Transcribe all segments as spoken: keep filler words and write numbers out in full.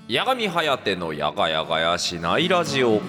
八神颯のやがやがやしないラジオ。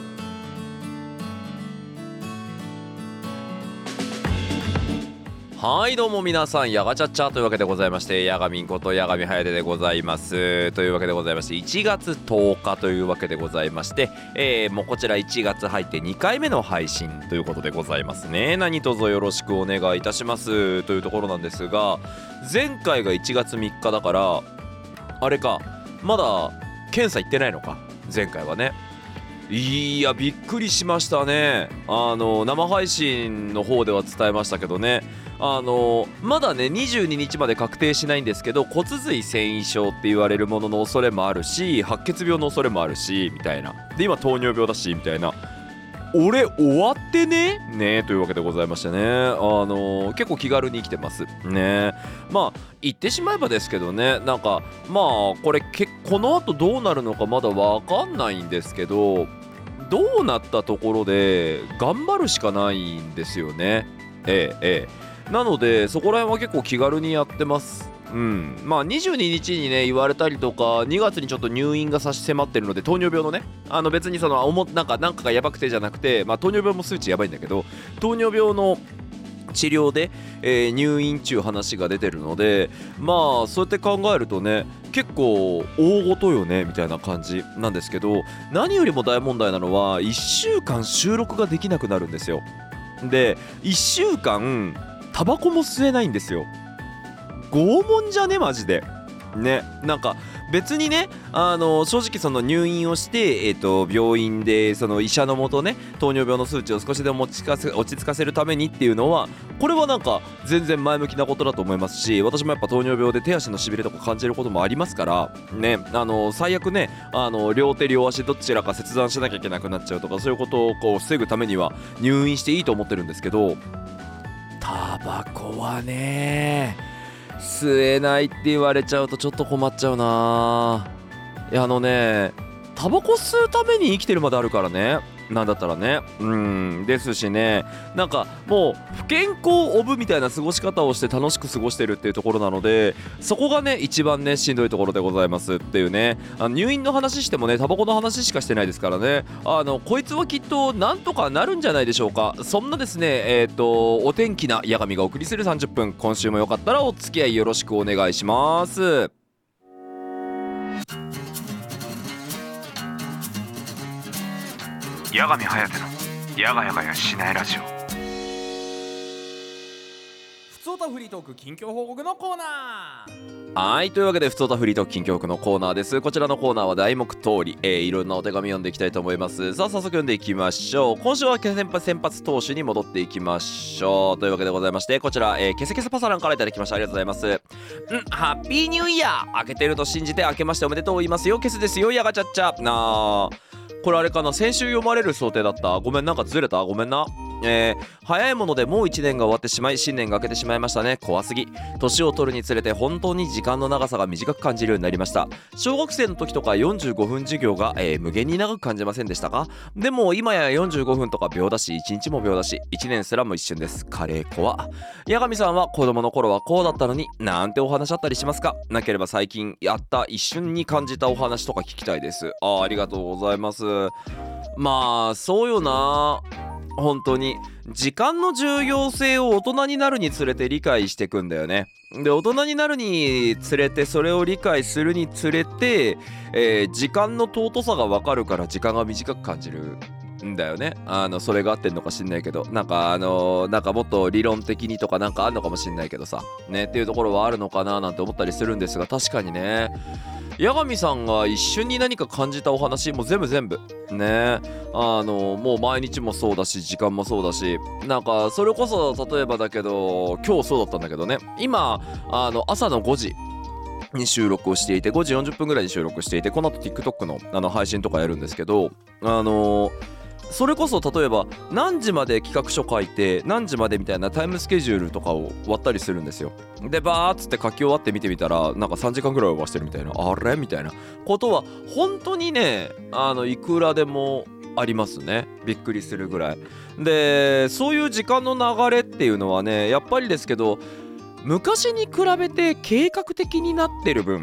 はいどうも皆さん、やがちゃっちゃというわけでございまして、やがみんことやがみはやてでございますというわけでございまして、いちがつとおかというわけでございまして、えー、もうこちらいちがつ入ってにかいめの配信ということでございますね。何卒よろしくお願いいたしますというところなんですが、前回がいちがつみっかだから、あれか、まだ検査行ってないのか、前回はね。いやびっくりしましたね。あの生配信の方では伝えましたけどね、あのまだねにじゅうににちまで確定しないんですけど、骨髄繊維症って言われるものの恐れもあるし、白血病の恐れもあるしみたいな、で今糖尿病だしみたいな、俺終わってねねというわけでございましてね、あの結構気軽に生きてますね。まあ言ってしまえばですけどね、なんかまあこれけこの後どうなるのかまだわかんないんですけど、どうなったところで頑張るしかないんですよね。ええええ、なのでそこら辺は結構気軽にやってます。うん、まあにじゅうににちにね言われたりとか、にがつにちょっと入院が差し迫ってるので、糖尿病のね、あの別にそのおもなんかなんかがやばくてじゃなくて、まあ糖尿病も数値やばいんだけど、糖尿病の治療で、えー、入院中話が出てるので、まあそうやって考えるとね、結構大ごとよねみたいな感じなんですけど、何よりも大問題なのはいっしゅうかん収録ができなくなるんですよ。でいっしゅうかんタバコも吸えないんですよ。拷問じゃねマジでね。なんか別にね、あの正直その入院をして、えーと病院でその医者のもとね、糖尿病の数値を少しでも落ち着かせ、落ち着かせるためにっていうのは、これはなんか全然前向きなことだと思いますし、私もやっぱ糖尿病で手足のしびれとか感じることもありますからね、あの最悪ね、あの両手両足どちらか切断しなきゃいけなくなっちゃうとか、そういうことをこう防ぐためには入院していいと思ってるんですけど、タバコはね吸えないって言われちゃうとちょっと困っちゃうな。いやあのね、タバコ吸うために生きてるまであるからね、なんだったらね、うんですしね、なんかもう不健康オブみたいな過ごし方をして楽しく過ごしてるっていうところなので、そこがね一番ねしんどいところでございますっていうね。あの入院の話してもねタバコの話しかしてないですからね、あのこいつはきっとなんとかなるんじゃないでしょうか。そんなですね、えっとお天気な八神がお送りするさんじゅっぷん、今週もよかったらお付き合いよろしくお願いします。 八神颯のやがやがやしないラジオ。 ふつおたフリートーク近況報告のコーナー。はい、というわけでふつおたフリートーク近況報告のコーナーです。こちらのコーナーは題目通り、えー、いろんなお手紙読んでいきたいと思います。さあ早速読んでいきましょう。今週は先発先発投手に戻っていきましょうというわけでございまして、こちら、えー、ケセケセパサランからいただきました。ありがとうございます。んハッピーニューイヤー、明けてると信じて明けましておめでとう言いますよ。ケセですよ、やがちゃっちゃなー。これあれかな、先週読まれる想定だった。ごめん、なんかずれた、ごめんな。えー、早いものでもういちねんが終わってしまい、新年が明けてしまいましたね。怖すぎ。年を取るにつれて本当に時間の長さが短く感じるようになりました。小学生の時とかよんじゅうごふん授業が、えー、無限に長く感じませんでしたか？でも今やよんじゅうごふんとか秒だし、いちにちも秒だし、いちねんすらも一瞬です。カレー怖。八神さんは子供の頃はこうだったのになんてお話あったりしますか？なければ最近やった一瞬に感じたお話とか聞きたいです。あー、ありがとうございます。まあそうよな、本当に時間の重要性を大人になるにつれて理解していくんだよね。で大人になるにつれて、それを理解するにつれて、えー、時間の尊さが分かるから時間が短く感じるんだよね。あのそれが合ってんのか知んないけど、なんかあのー、なんかもっと理論的にとかなんかあんのかもしんないけどさねっていうところはあるのかななんて思ったりするんですが、確かにね、八神さんが一瞬に何か感じたお話も全部全部ね、あのもう毎日もそうだし時間もそうだし、なんかそれこそ例えばだけど今日そうだったんだけどね、今あの朝のごじに収録をしていて、ごじよんじゅっぷんぐらいに収録していて、この後 TikTok の, あの配信とかやるんですけど、あのそれこそ例えば何時まで企画書書いて何時までみたいなタイムスケジュールとかを割ったりするんですよ。でバーッつって書き終わって見てみたらなんかさんじかんぐらいオーバーしてるみたいな、あれみたいなことは本当にね、あのいくらでもありますね。びっくりするぐらいで、そういう時間の流れっていうのはね、やっぱりですけど昔に比べて計画的になってる分、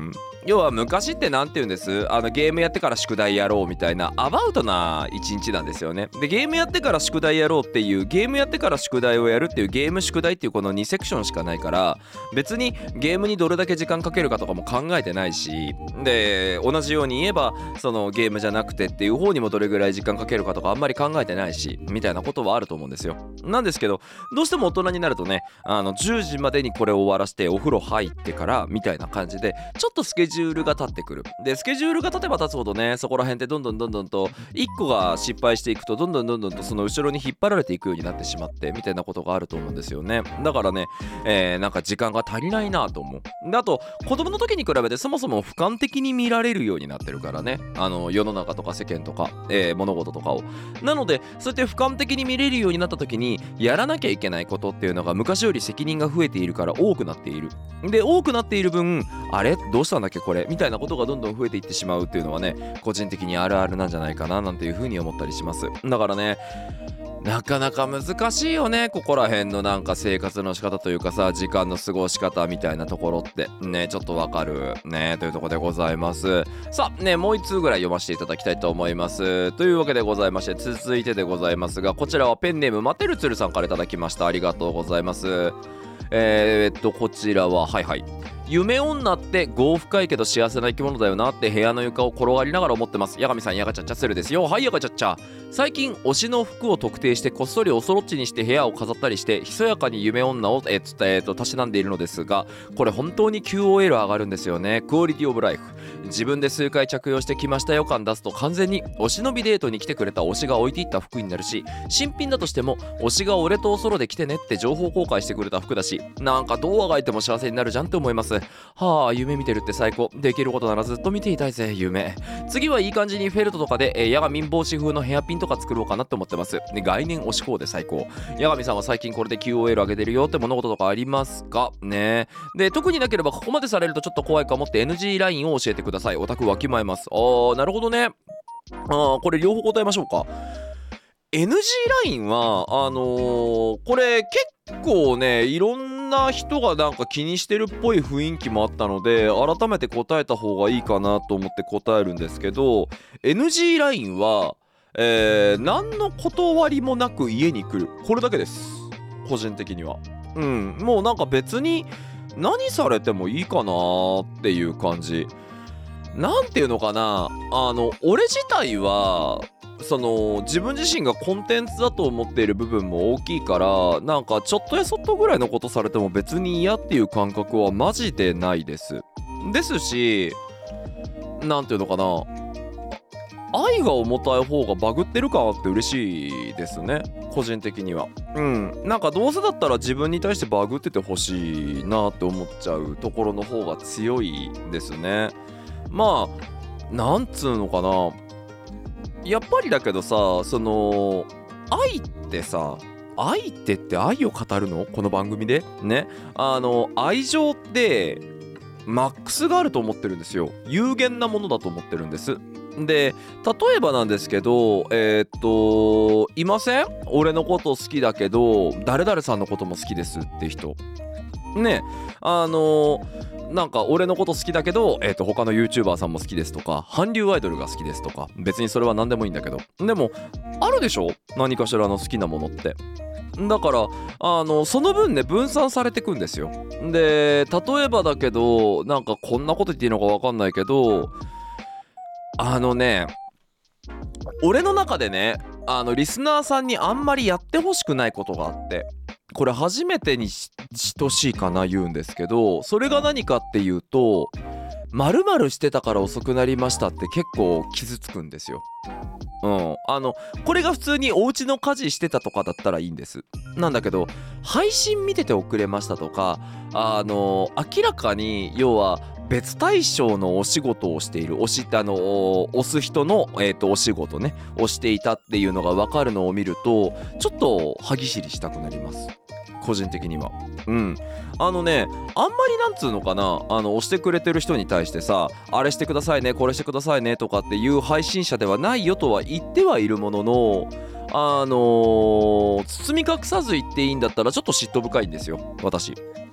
要は昔ってなんて言うんです、あのゲームやってから宿題やろうみたいなアバウトな一日なんですよね。でゲームやってから宿題やろうっていうゲームやってから宿題をやるっていうゲーム宿題っていうこのにセクションしかないから、別にゲームにどれだけ時間かけるかとかも考えてないし、で同じように言えばそのゲームじゃなくてっていう方にもどれぐらい時間かけるかとかあんまり考えてないしみたいなことはあると思うんですよ。なんですけどどうしても大人になるとね、あのじゅうじまでにこれを終わらせてお風呂入ってからみたいな感じでちょっとスケジュールが立ってくる。でスケジュールが立てば立つほどね、そこら辺ってどんどんどんどんといっこが失敗していくとどんどんどんどんとその後ろに引っ張られていくようになってしまってみたいなことがあると思うんですよね。だからね、えー、なんか時間が足りないなと思う。であと子供の時に比べてそもそも俯瞰的に見られるようになってるからね、あの世の中とか世間とか、えー、物事とかを。なのでそうやって俯瞰的に見れるようになった時にやらなきゃいけないことっていうのが昔より責任が増えているから多くなっている。で多くなっている分、あれどうしたんだっけこれみたいなことがどんどん増えていってしまうっていうのはね、個人的にあるあるなんじゃないかななんていうふうに思ったりします。だからね、なかなか難しいよね、ここら辺のなんか生活の仕方というかさ、時間の過ごし方みたいなところってね、ちょっとわかるねというところでございます。さあね、もう一通ぐらい読ませていただきたいと思います。というわけでございまして、続いてでございますが、こちらはペンネームマテルツルさんからいただきました。ありがとうございます。えー、っとこちらははいはい夢女って業深いけど幸せな生き物だよなって部屋の床を転がりながら思ってます。八神さん、やがちゃっちゃセルですよ。はい、やがちゃっちゃ。最近推しの服を特定してこっそりおそろっちにして部屋を飾ったりしてひそやかに夢女をえー、つえー、とたしなんでいるのですが、これ本当に キューオーエル 上がるんですよね。クオリティオブライフ。自分で数回着用してきましたよ感出すと完全に推しのビデートに来てくれた推しが置いていった服になるし、新品だとしても推しが俺とおそろで来てねって情報公開してくれた服だし、なんかどうあがいても幸せになるじゃんって思います。はあ、夢見てるって最高。できることならずっと見ていたいぜ夢。次はいい感じにフェルトとかで、えー、ヤガミン帽子風のヘアピンとか作ろうかなって思ってます。ね、概念推しコーで最高。ヤガミさんは最近これで キューオーエル 上げてるよって物事とかありますかね。で特になければここまでされるとちょっと怖いかもって エヌジー ラインを教えてください。オタクわきまえます。あーなるほどね。あーこれ両方答えましょうか。 エヌジー ラインはあのー、これ結構ねいろんな人がなんか気にしてるっぽい雰囲気もあったので改めて答えた方がいいかなと思って答えるんですけど、 エヌジー ラインは、えー、何の断りもなく家に来る、これだけです。個人的にはうんもうなんか別に何されてもいいかなっていう感じ。なんていうのかな、あの俺自体はその自分自身がコンテンツだと思っている部分も大きいから、なんかちょっとやそっとぐらいのことされても別に嫌っていう感覚はマジでないですですし、なんていうのかな、愛が重たい方がバグってる感あって嬉しいですね、個人的には。うんなんかどうせだったら自分に対してバグっててほしいなって思っちゃうところの方が強いですね。まあなんつうのかな、やっぱりだけどさ、その愛ってさ、愛ってって愛を語るのこの番組でね、あの愛情ってマックスがあると思ってるんですよ。有限なものだと思ってるんです。で例えばなんですけど、えー、っといません？俺のこと好きだけど誰々さんのことも好きですって人ね。あのーなんか俺のこと好きだけど、えー、と他の YouTuber さんも好きですとか韓流アイドルが好きですとか、別にそれは何でもいいんだけど、でもあるでしょ、何かしらの好きなものって。だからあのその分ね分散されてくんですよ。で例えばだけど、なんかこんなこと言っていいのか分かんないけど、あのね俺の中でね、あのリスナーさんにあんまりやってほしくないことがあって、これ初めてにし等しいかな言うんですけど、それが何かっていうと、〇〇してたから遅くなりましたって結構傷つくんですよ。うんあのこれが普通にお家の家事してたとかだったらいいんです。なんだけど配信見てて遅れましたとか、あの明らかに要は別対象のお仕事をしている、推しってあの押す人の、えー、とお仕事ねをしていたっていうのが分かるのを見ると、ちょっと歯ぎしりしたくなります、個人的には。うんあのねあんまりなんつうのかな、あの押してくれてる人に対してさ、あれしてくださいねこれしてくださいねとかっていう配信者ではないよとは言ってはいるものの、あのー、包み隠さず言っていいんだったらちょっと嫉妬深いんですよ私。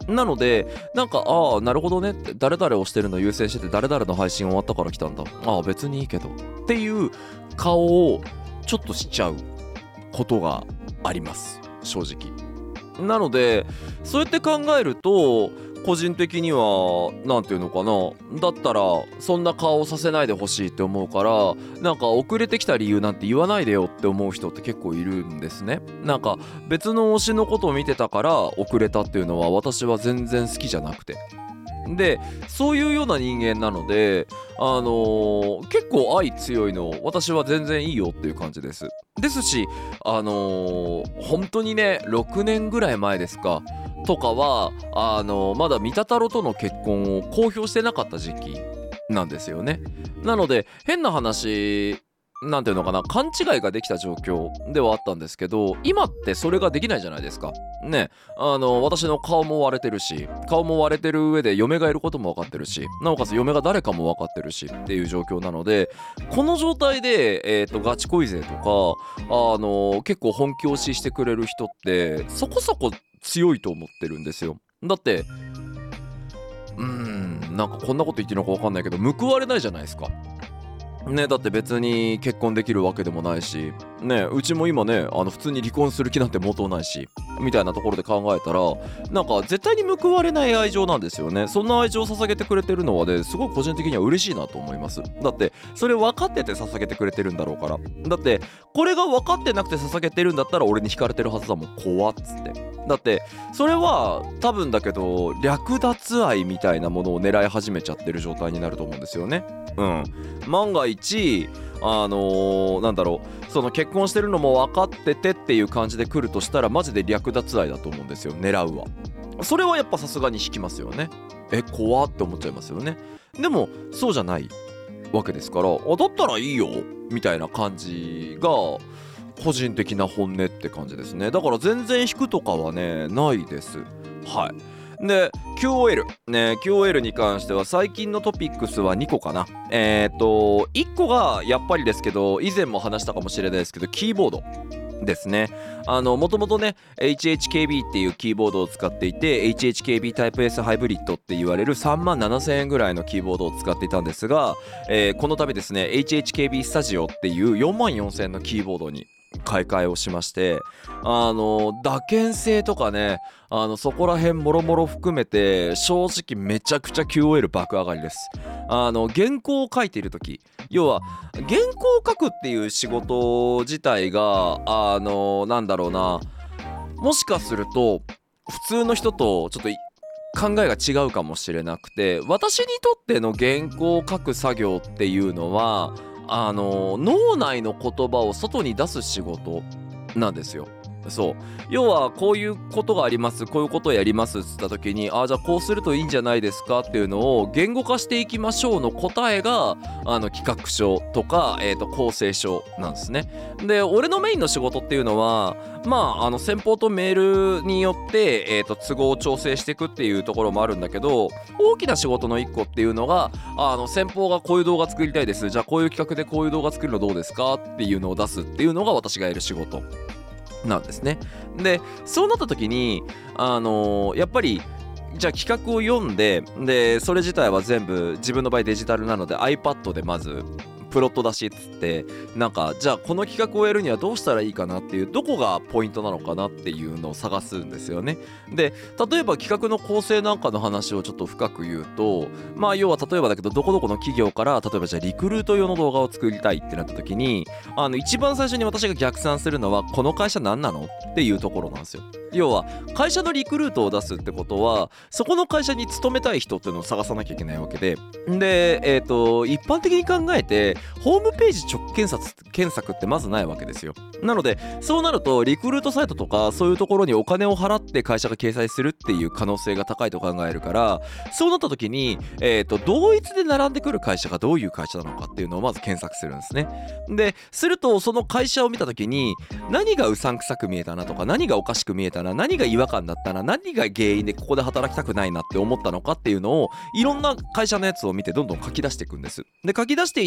なのでなんかああなるほどねって、誰々をしてるの優先してて誰々の配信終わったから来たんだ、ああ別にいいけどっていう顔をちょっとしちゃうことがあります正直。なのでそうやって考えると個人的にはなんていうのかな、だったらそんな顔をさせないでほしいって思うから、なんか遅れてきた理由なんて言わないでよって思う人って結構いるんですね。なんか別の推しのことを見てたから遅れたっていうのは私は全然好きじゃなくて、でそういうような人間なので、あのー、結構愛強いの私は全然いいよっていう感じですですし、あのー、本当にねろくねんぐらい前ですかとかはあのー、まだ三田太郎との結婚を公表してなかった時期なんですよね。なので変な話なんていうのかな、勘違いができた状況ではあったんですけど、今ってそれができないじゃないですかね。あの私の顔も割れてるし、顔も割れてる上で嫁がいることも分かってるし、なおかつ嫁が誰かも分かってるしっていう状況なので、この状態で、えーと、ガチ恋勢とかあの結構本気押ししてくれる人ってそこそこ強いと思ってるんですよ。だってうーんなんかこんなこと言ってるのか分かんないけど報われないじゃないですかね。だって別に結婚できるわけでもないしね、うちも今ねあの普通に離婚する気なんて毛頭ないしみたいなところで考えたら、なんか絶対に報われない愛情なんですよね。そんな愛情を捧げてくれてるのはねすごい個人的には嬉しいなと思います。だってそれ分かってて捧げてくれてるんだろうから。だってこれが分かってなくて捧げてるんだったら俺に惹かれてるはずだもん、怖っつって。だってそれは多分だけど略奪愛みたいなものを狙い始めちゃってる状態になると思うんですよね。うん万が一あのー、なんだろうその結婚してるのも分かっててっていう感じで来るとしたらマジで略奪愛だと思うんですよ、狙うは。それはやっぱさすがに引きますよね。え怖って思っちゃいますよね。でもそうじゃないわけですから、あだったらいいよみたいな感じが個人的な本音って感じですね。だから全然引くとかはねないです。はいで キューオーエル ね キューオーエル に関しては最近のトピックスはにこかな。えっといっこがやっぱりですけど以前も話したかもしれないですけどキーボードですね。あのもともとね エイチエイチケービー っていうキーボードを使っていて エイチエイチケービー タイプ S ハイブリッドって言われるさんまんななせんえんぐらいのキーボードを使っていたんですが、えー、この度ですね エイチエイチケービー スタジオっていうよんまんよんせんえんのキーボードに買い替えをしまして、あの打鍵性とかねあのそこら辺もろもろ含めて正直めちゃくちゃ キューオーエル 爆上がりです。あの原稿を書いている時、要は原稿を書くっていう仕事自体があのなんだろうな、もしかすると普通の人とちょっと考えが違うかもしれなくて、私にとっての原稿を書く作業っていうのはあの脳内の言葉を外に出す仕事なんですよ。そう要はこういうことがあります、こういうことをやりますっつった時に、あじゃあこうするといいんじゃないですかっていうのを言語化していきましょうの答えがあの企画書とか、えーと構成書なんですね。で俺のメインの仕事っていうのはまああの先方とメールによって、えーと都合を調整していくっていうところもあるんだけど、大きな仕事の一個っていうのがあの先方がこういう動画作りたいです、じゃあこういう企画でこういう動画作るのどうですかっていうのを出すっていうのが私がやる仕事なんですね。でそうなった時にあのー、やっぱりじゃあ企画を読んででそれ自体は全部自分の場合デジタルなので iPad でまずプロット出しっつって、なんかじゃあこの企画をやるにはどうしたらいいかなっていう、どこがポイントなのかなっていうのを探すんですよね。で例えば企画の構成なんかの話をちょっと深く言うと、まあ要は例えばだけどどこどこの企業から例えばじゃあリクルート用の動画を作りたいってなった時に、あの一番最初に私が逆算するのはこの会社何なのっていうところなんですよ。要は会社のリクルートを出すってことはそこの会社に勤めたい人っていうのを探さなきゃいけないわけで、でえっと一般的に考えてホームページ直検索検索ってまずないわけですよ。なのでそうなるとリクルートサイトとかそういうところにお金を払って会社が掲載するっていう可能性が高いと考えるから、そうなった時に、えーと、同一で並んでくる会社がどういう会社なのかっていうのをまず検索するんですね。でするとその会社を見た時に何がうさんくさく見えたなとか、何がおかしく見えたな、何が違和感だったな、何が原因でここで働きたくないなって思ったのかっていうのをいろんな会社のやつを見てどんどん書き出していくんです。で書き出していった中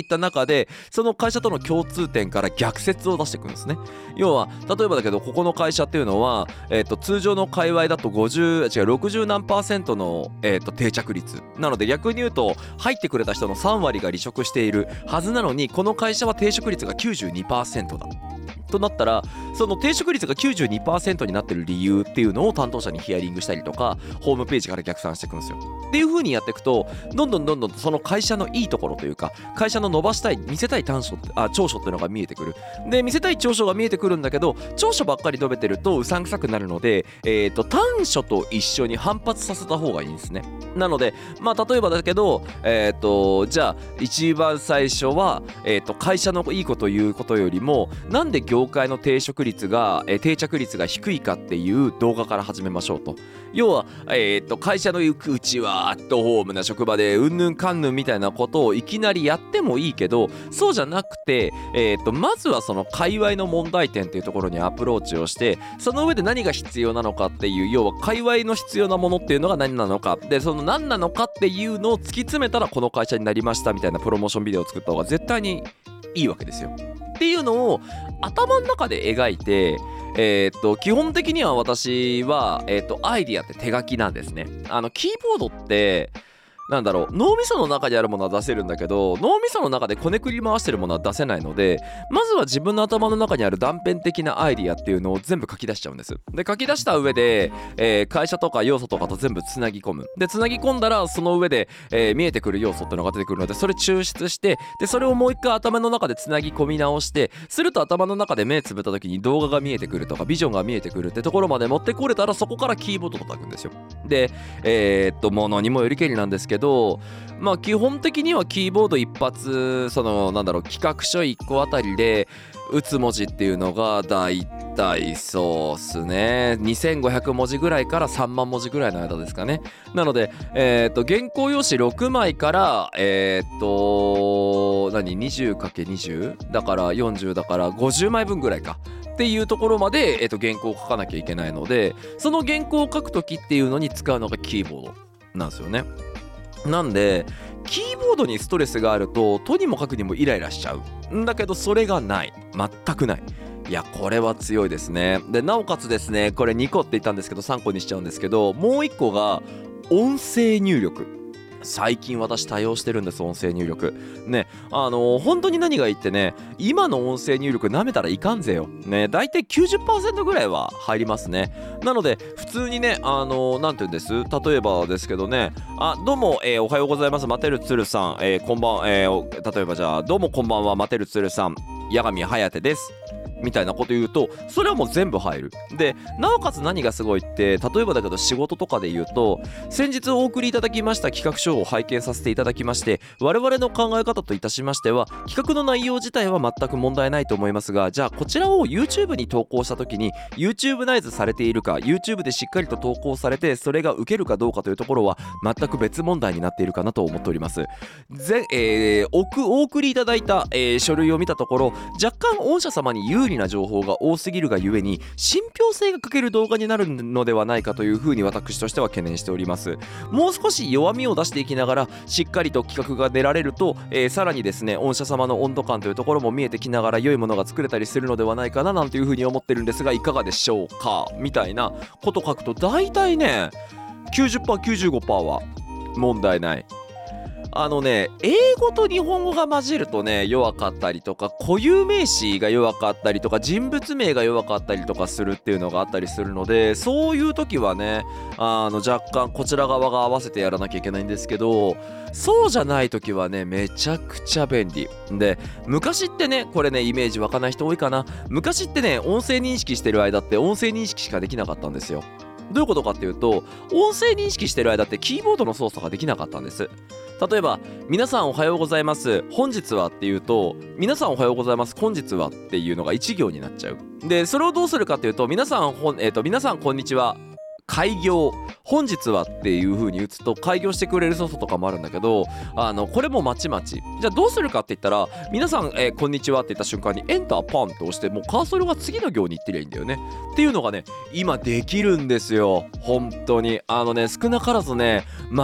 でその会社との共通点から逆説を出していくんですね。要は例えばだけどここの会社っていうのは、えー、と通常の界隈だとごじゅう違うろくじゅう何パーセントの、えー、と定着率なので、逆に言うと入ってくれた人のさん割が離職しているはずなのに、この会社は定職率が きゅうじゅうにパーセント だとなったら、その定職率が きゅうじゅうにパーセント になってる理由っていうのを担当者にヒアリングしたりとか、ホームページから逆算していくんですよ。っていう風にやっていくと、どんどんどんどんその会社のいいところというか、会社の伸ばしたい見せたい短所あ長所っていうのが見えてくる。で見せたい長所が見えてくるんだけど、長所ばっかり述べてるとうさんくさくなるので、えーと短所と一緒に反発させた方がいいんですね。なのでまあ例えばだけど、えーとじゃあ一番最初は、えーと会社のいいことを言うことよりも、なんで業界の定職率が、えー、定着率が低いかっていう動画から始めましょうと。要は、えー、と会社の行くうちはアットホームな職場でうんぬんかんぬんみたいなことをいきなりやってもいいけど、そうじゃなくて、えー、とまずはその界隈の問題点っていうところにアプローチをして、その上で何が必要なのかっていう、要は界隈の必要なものっていうのが何なのかで、その何なのかっていうのを突き詰めたらこの会社になりましたみたいなプロモーションビデオを作った方が絶対にいいわけですよ。っていうのを頭の中で描いて、えー、っと基本的には私は、えー、っとアイディアって手書きなんですね。あのキーボードってなんだろう、脳みその中にあるものは出せるんだけど、脳みその中でこねくり回してるものは出せないので、まずは自分の頭の中にある断片的なアイディアっていうのを全部書き出しちゃうんです。で書き出した上で、えー、会社とか要素とかと全部つなぎ込む。でつなぎ込んだらその上で、えー、見えてくる要素ってのが出てくるので、それ抽出して、でそれをもう一回頭の中でつなぎ込み直して、すると頭の中で目つぶった時に動画が見えてくるとかビジョンが見えてくるってところまで持ってこれたら、そこからキーボード叩くんですよ。でえー、っとものにもよりけりなんですけど、まあ基本的にはキーボード一発、そのなんだろう企画書いっこあたりで打つ文字っていうのがだいたいそうっすねにせんごひゃくもじぐらいからさんまんもじぐらいの間ですかね。なのでえー、っと原稿用紙ろくまいからえー、っと何 にじゅうかけるにじゅう だからよんじゅうだからごじゅうまいぶんぐらいかっていうところまで、えー、っと原稿を書かなきゃいけないので、その原稿を書くときっていうのに使うのがキーボードなんですよね。なんでキーボードにストレスがあるととにもかくにもイライラしちゃうんだけど、それがない全くない。いやこれは強いですね。でなおかつですね、これにこって言ったんですけどさんこにしちゃうんですけど、もういっこが音声入力。最近私多用してるんです、音声入力ね。あのー、本当に何がいいってね、今の音声入力舐めたらいかんぜよね。だいたい きゅうじゅっパーセント ぐらいは入りますね。なので普通にね、あのー、なんて言うんです、例えばですけどね、あどうも、えー、おはようございます、マテルツルさん、えー、こんばん、えー、例えばじゃあどうもこんばんは、マテルツルさん、八神颯ですみたいなこと言うと、それはもう全部入る。でなおかつ何がすごいって、例えばだけど仕事とかで言うと、先日お送りいただきました企画書を拝見させていただきまして、我々の考え方といたしましては、企画の内容自体は全く問題ないと思いますが、じゃあこちらを YouTube に投稿した時に YouTube ナイズされているか、 YouTube でしっかりと投稿されてそれが受けるかどうかというところは全く別問題になっているかなと思っております。ぜ、えー、お, くお送りいただいた、えー、書類を見たところ、若干御社様に有利な情報が多すぎるがゆえに信憑性が欠ける動画になるのではないかというふうに私としては懸念しております。もう少し弱みを出していきながらしっかりと企画が出られると、えー、さらにですね御社様の温度感というところも見えてきながら良いものが作れたりするのではないかななんていうふうに思ってるんですが、いかがでしょうかみたいなこと書くと、大体ね きゅうじゅっパーセントきゅうじゅうごパーセント は問題ない。あのね、英語と日本語が混じるとね弱かったりとか、固有名詞が弱かったりとか、人物名が弱かったりとかするっていうのがあったりするので、そういう時はねあの若干こちら側が合わせてやらなきゃいけないんですけど、そうじゃない時はねめちゃくちゃ便利で、昔ってね、これねイメージ湧かない人多いかな。昔ってね音声認識してる間って音声認識しかできなかったんですよ。どういうことかっていうと、音声認識してる間ってキーボードの操作ができなかったんです。例えば皆さんおはようございます本日はっていうと、皆さんおはようございます本日はっていうのがいち行になっちゃう。でそれをどうするかっていうと、皆さんほん、えーと、皆さんこんにちは開業本日はっていう風に打つと開業してくれるソフトとかもあるんだけど、あのこれもまちまち。じゃあどうするかって言ったら、皆さん、えー、こんにちはって言った瞬間にエンターパンと押して、もうカーソルが次の行に行ってりゃいいんだよねっていうのがね今できるんですよ。本当にあのね少なからずね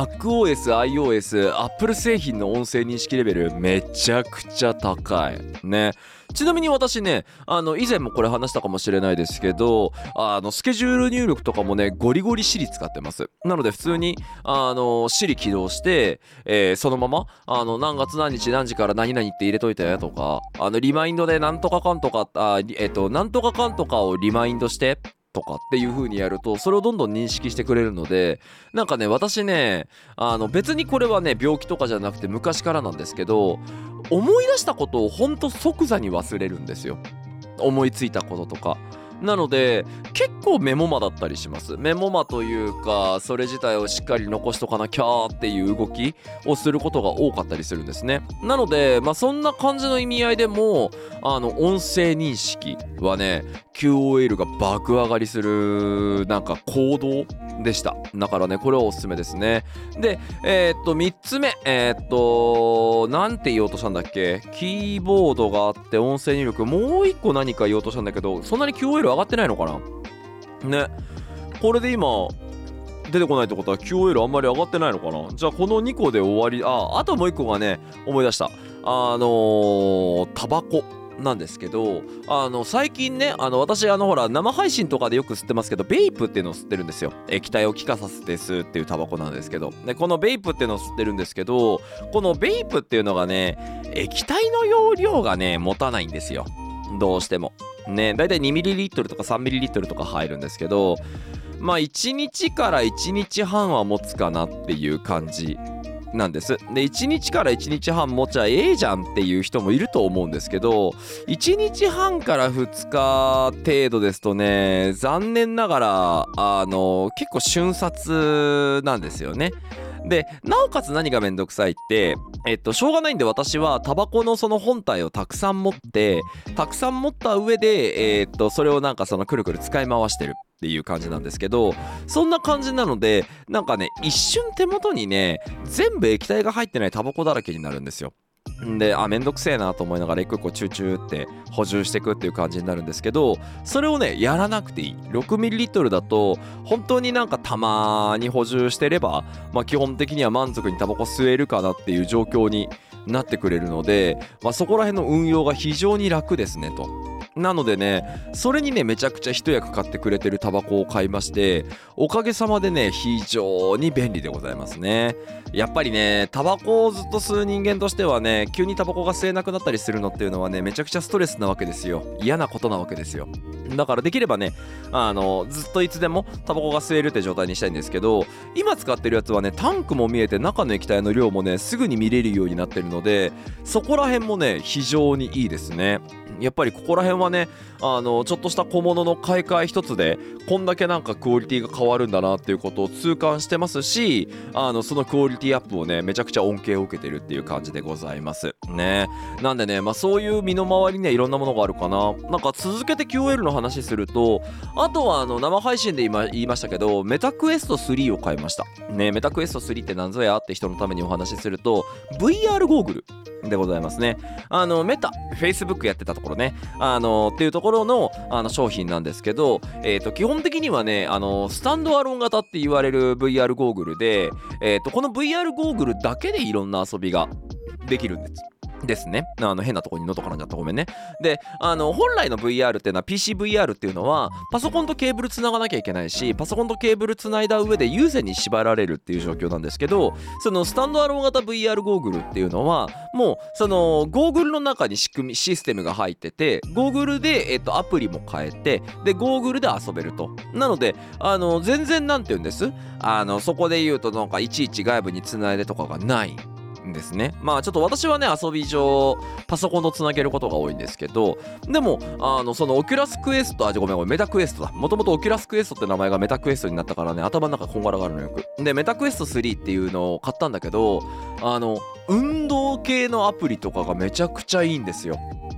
MacOS、iOS、Apple 製品の音声認識レベルめちゃくちゃ高いね。ちなみに私ね、あの以前もこれ話したかもしれないですけど、あのスケジュール入力とかもねゴリゴリ Siri 使ってます。なので普通にあの Siri 起動して、えー、そのままあの何月何日何時から何々って入れといたよとか、あのリマインドでなんとかかんとかあえっとなんとかかんとかをリマインドしてとかっていう風にやると、それをどんどん認識してくれるので、なんかね私ねあの別にこれはね病気とかじゃなくて昔からなんですけど、思い出したことをほんと即座に忘れるんですよ。思いついたこととかなので結構メモ魔だったりします。メモ魔というか、それ自体をしっかり残しとかなきゃーっていう動きをすることが多かったりするんですね。なのでまあそんな感じの意味合いでも、あの音声認識はね キューオーエル が爆上がりするなんか行動でした。だからねこれはおすすめですね。でえー、っとみっつめ、えー、っとなんて言おうとしたんだっけ。キーボードがあって音声入力、もう一個何か言おうとしたんだけど、そんなに キューオーエル 上がってないのかなね。これで今出てこないってことは キューオーエル あんまり上がってないのかな。じゃあこのにこで終わり。ああともういっこがね思い出した。あのー、タバコなんですけど、あの最近ねあの私あのほら生配信とかでよく吸ってますけど、ベイプっていうのを吸ってるんですよ。液体を気化させて吸うっていうタバコなんですけど、でこのベイプっていうのを吸ってるんですけど、このベイプっていうのがね液体の容量がね持たないんですよ。どうしてもね、だいたい にミリリットル とか さんミリリットル とか入るんですけど、まあいちにちからいちにちはんは持つかなっていう感じなんです。でいちにちからいちにちはん持ちゃええじゃんっていう人もいると思うんですけど、いちにちはんからふつか程度ですとね、残念ながらあの結構瞬殺なんですよね。でなおかつ何がめんどくさいって、えっとしょうがないんで、私はタバコのその本体をたくさん持ってたくさん持った上で、えー、っとそれをなんかそのくるくる使い回してるっていう感じなんですけど、そんな感じなのでなんかね一瞬手元にね全部液体が入ってないタバコだらけになるんですよ。であめんどくせえなと思いながら一個一個チューチューって補充していくっていう感じになるんですけど、それをねやらなくていい。 ろくミリリットル だと本当になんかたまに補充してれば、まあ基本的には満足にタバコ吸えるかなっていう状況になってくれるので、まあ、そこら辺の運用が非常に楽ですねと。なのでねそれにねめちゃくちゃ一役買ってくれてるタバコを買いまして、おかげさまでね非常に便利でございますね。やっぱりねタバコをずっと吸う人間としてはね、急にタバコが吸えなくなったりするのっていうのはねめちゃくちゃストレスなわけですよ。嫌なことなわけですよ。だからできればねあのずっといつでもタバコが吸えるって状態にしたいんですけど、今使ってるやつはねタンクも見えて中の液体の量もねすぐに見れるようになってるので、そこら辺もね非常にいいですね。やっぱりここら辺はねあのちょっとした小物の買い替え一つでこんだけなんかクオリティが変わるんだなっていうことを痛感してますし、あのそのクオリティアップをねめちゃくちゃ恩恵を受けてるっていう感じでございますね。なんでねまあそういう身の回りにねいろんなものがあるかな。なんか続けて キューオーエル の話すると、あとはあの生配信で今言いましたけどメタクエストスリーを買いましたね。メタクエストスリーって何ぞやって人のためにお話しすると ブイアール ゴーグルでございますね。あのメタ Facebook やってたところねあのっていうところのあの商品なんですけど、えー、と基本的にはねあのスタンドアロン型って言われる ブイアール ゴーグルで、えー、とこの ブイアール ゴーグルだけでいろんな遊びができるんですですね。あの変なとこにノート絡んじゃったごめんね。であの本来の ブイアール っていうのは ピーシーブイアール っていうのはパソコンとケーブルつながなきゃいけないし、パソコンとケーブルつないだ上で有線に縛られるっていう状況なんですけど、そのスタンドアローン型 ブイアール ゴーグルっていうのはもうそのゴーグルの中に仕組みシステムが入ってて、ゴーグルで、えっと、アプリも変えてでゴーグルで遊べると。なのであの全然なんて言うんですあのそこで言うとなんかいちいち外部につないでとかがないですね。まあちょっと私はね遊び上パソコンとつなげることが多いんですけど、でもあのそのオキュラスクエストあごめんごめんメタクエストだ。もともとオキュラスクエストって名前がメタクエストになったからね頭の中こんがらがるのよく。でメタクエストスリーっていうのを買ったんだけど、あの運動系のアプリとかがめちゃくちゃいいんですよ。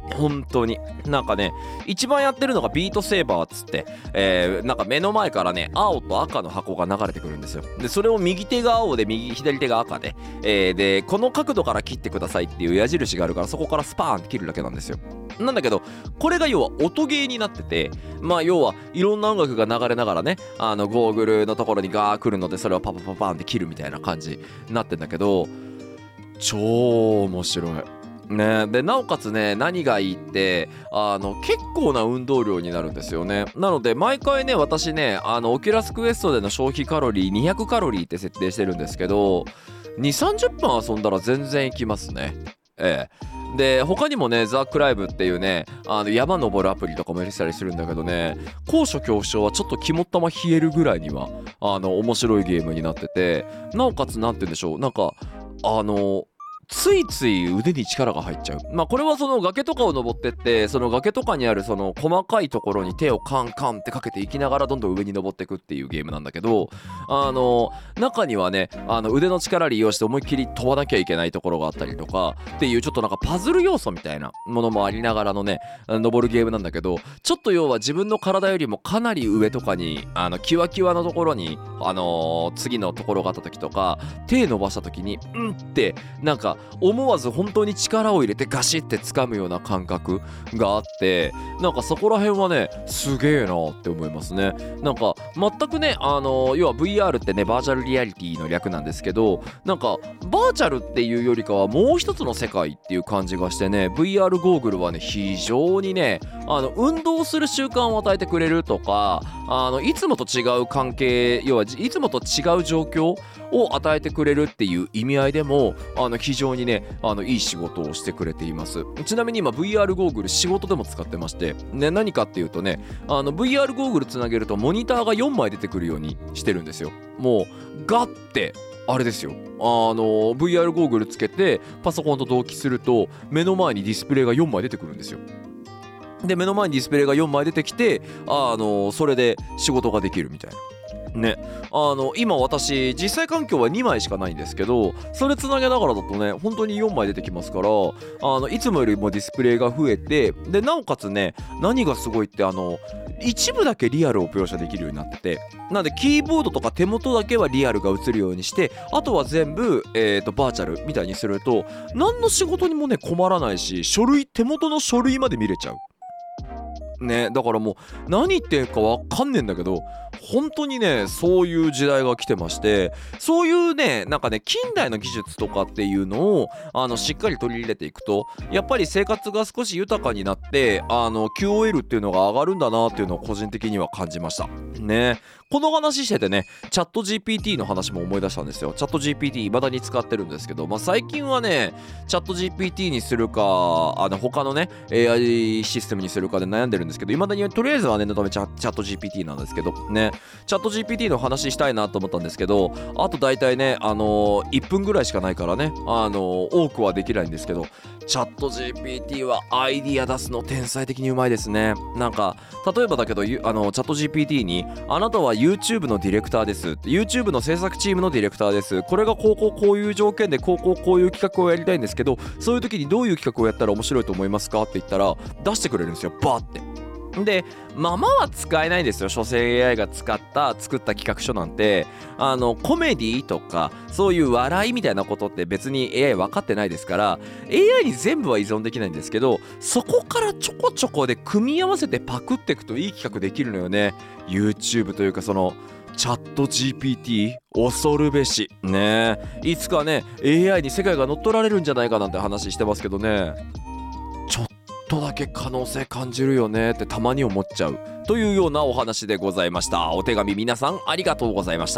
本当になんかね、一番やってるのがビートセーバーっつって、えー、なんか目の前からね青と赤の箱が流れてくるんですよ。でそれを右手が青で右左手が赤で、えー、でこの角度から切ってくださいっていう矢印があるから、そこからスパーンって切るだけなんですよ。なんだけどこれが要は音ゲーになってて、まあ要はいろんな音楽が流れながらね、あのゴーグルのところにガー来るので、それをパパパパンって切るみたいな感じになってんだけど、超面白いね。でなおかつね、何がいいってあの結構な運動量になるんですよね。なので毎回ね、私ねあのオキュラスクエストでの消費カロリーにひゃくカロリーって設定してるんですけど、にじゅうさんじゅっぷん遊んだら全然いきますね。ええで他にもねザ・クライブっていうね、あの山登るアプリとかもやったりするんだけどね、高所恐怖症はちょっと肝っ玉冷えるぐらいにはあの面白いゲームになってて、なおかつなんて言うんでしょう、なんかあのついつい腕に力が入っちゃう。まあこれはその崖とかを登ってって、その崖とかにあるその細かいところに手をカンカンってかけていきながらどんどん上に登っていくっていうゲームなんだけど、あの中にはねあの腕の力利用して思いっきり飛ばなきゃいけないところがあったりとかっていう、ちょっとなんかパズル要素みたいなものもありながらのね登るゲームなんだけど、ちょっと要は自分の体よりもかなり上とかにあのキワキワのところにあのー、次のところがあった時とか手伸ばした時にうんってなんか思わず本当に力を入れてガシッて掴むような感覚があって、なんかそこら辺はねすげえなって思いますね。なんか全くねあの要は ブイアール ってねバーチャルリアリティの略なんですけど、なんかバーチャルっていうよりかはもう一つの世界っていう感じがしてね、 ブイアール ゴーグルはね非常にねあの運動する習慣を与えてくれるとか、あのいつもと違う関係、要はいつもと違う状況を与えてくれるっていう意味合いでもあの非常にねあのいい仕事をしてくれています。ちなみに今 ブイアール ゴーグル仕事でも使ってまして、ね、何かっていうとねあの ブイアール ゴーグルつなげるとモニターがよんまい出てくるようにしてるんですよ。もうガッてあれですよ、あの ブイアール ゴーグルつけてパソコンと同期すると目の前にディスプレイがよんまい出てくるんですよ。で目の前にディスプレイがよんまい出てきて、あのそれで仕事ができるみたいなね。あの今私実際環境はにまいしかないんですけど、それつなげながらだとね本当によんまい出てきますから、あのいつもよりもディスプレイが増えて、でなおかつね何がすごいってあの一部だけリアルを描写できるようになってて、なんでキーボードとか手元だけはリアルが映るようにして、あとは全部、えーとバーチャルみたいにすると何の仕事にもね困らないし、書類手元の書類まで見れちゃうね。だからもう何言ってんかわかんねえんだけど、本当にねそういう時代が来てまして、そういうねなんかね近代の技術とかっていうのをあのしっかり取り入れていくと、やっぱり生活が少し豊かになってあの キューオーエル っていうのが上がるんだなっていうのを個人的には感じましたね。この話しててねチャット ジーピーティー の話も思い出したんですよ。チャット ジーピーティー 未だに使ってるんですけど、まあ、最近はねチャット ジーピーティー にするかあの他のね エーアイ システムにするかで悩んでるんですけど、未だにとりあえずは念のためチャット ジーピーティー なんですけどね。チャット ジーピーティー の話したいなと思ったんですけど、あと大体ねあのー、いっぷんぐらいしかないからねあのー、多くはできないんですけど、チャット ジーピーティー はアイディア出すの天才的にうまいですね。なんか例えばだけどあのチャット ジーピーティー にあなたは YouTube のディレクターです、 YouTube の制作チームのディレクターです、これがこうこうこういう条件でこうこうこういう企画をやりたいんですけど、そういう時にどういう企画をやったら面白いと思いますかって言ったら出してくれるんですよ、バーって。でままは使えないんですよ、所詮 エーアイ が使った作った企画書なんて。あのコメディとかそういう笑いみたいなことって別に エーアイ 分かってないですから エーアイ に全部は依存できないんですけど、そこからちょこちょこで組み合わせてパクっていくといい企画できるのよね。 YouTube というかそのチャット ジーピーティー 恐るべしね。いつかね エーアイ に世界が乗っ取られるんじゃないかなんて話してますけどね、ちょっとだけ可能性感じるよねってたまに思っちゃうというようなお話でございました。お手紙皆さんありがとうございました。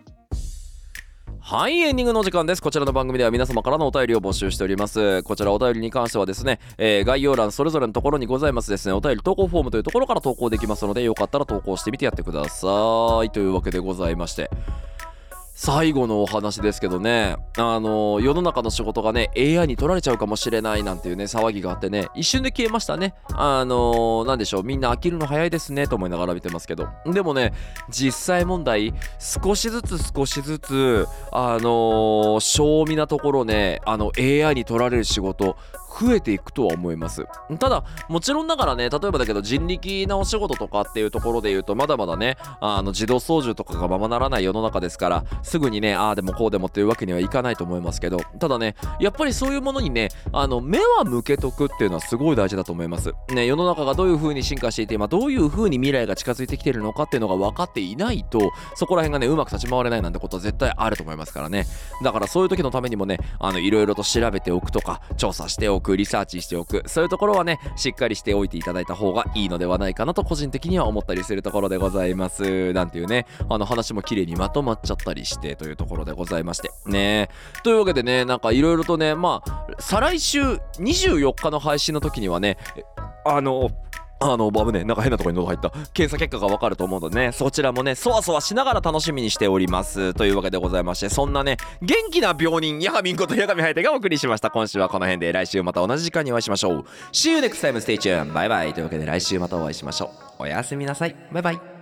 はい、エンディングの時間です。こちらの番組では皆様からのお便りを募集しております。こちらお便りに関してはですね、えー、概要欄それぞれのところにございますですねお便り投稿フォームというところから投稿できますので、よかったら投稿してみてやってくださいというわけでございまして、最後のお話ですけどね、あの世の中の仕事がね エーアイ に取られちゃうかもしれないなんていうね騒ぎがあってね、一瞬で消えましたね。あのなんでしょう、みんな飽きるの早いですねと思いながら見てますけど、でもね実際問題少しずつ少しずつあの正味なところねあの エーアイ に取られる仕事増えていくとは思います。ただもちろんながらね、例えばだけど人力なお仕事とかっていうところで言うとまだまだね、あの自動操縦とかがままならない世の中ですから、すぐにねああでもこうでもっていうわけにはいかないと思いますけど、ただねやっぱりそういうものにねあの目は向けとくっていうのはすごい大事だと思いますね。世の中がどういう風に進化していて、今どういう風に未来が近づいてきているのかっていうのが分かっていないと、そこら辺がねうまく立ち回れないなんてことは絶対あると思いますからね。だからそういう時のためにもね、あのいろいろと調べておくとか調査しておく、リサーチしておく、そういうところはねしっかりしておいていただいた方がいいのではないかなと個人的には思ったりするところでございます。なんていうね、あの話も綺麗にまとまっちゃったりしてというところでございましてね。というわけでね、なんかいろいろとね、まあ再来週にじゅうよっかの配信の時にはね、あのあのバブね、なんか変なところに喉入った検査結果がわかると思うのでね、そちらもねそわそわしながら楽しみにしておりますというわけでございまして、そんなね元気な病人ヤガミンことヤガミハヤテがお送りしました。今週はこの辺で、来週また同じ時間にお会いしましょう。 See you next time, stay tuned, bye bye というわけで来週またお会いしましょう。おやすみなさい、バイバイ。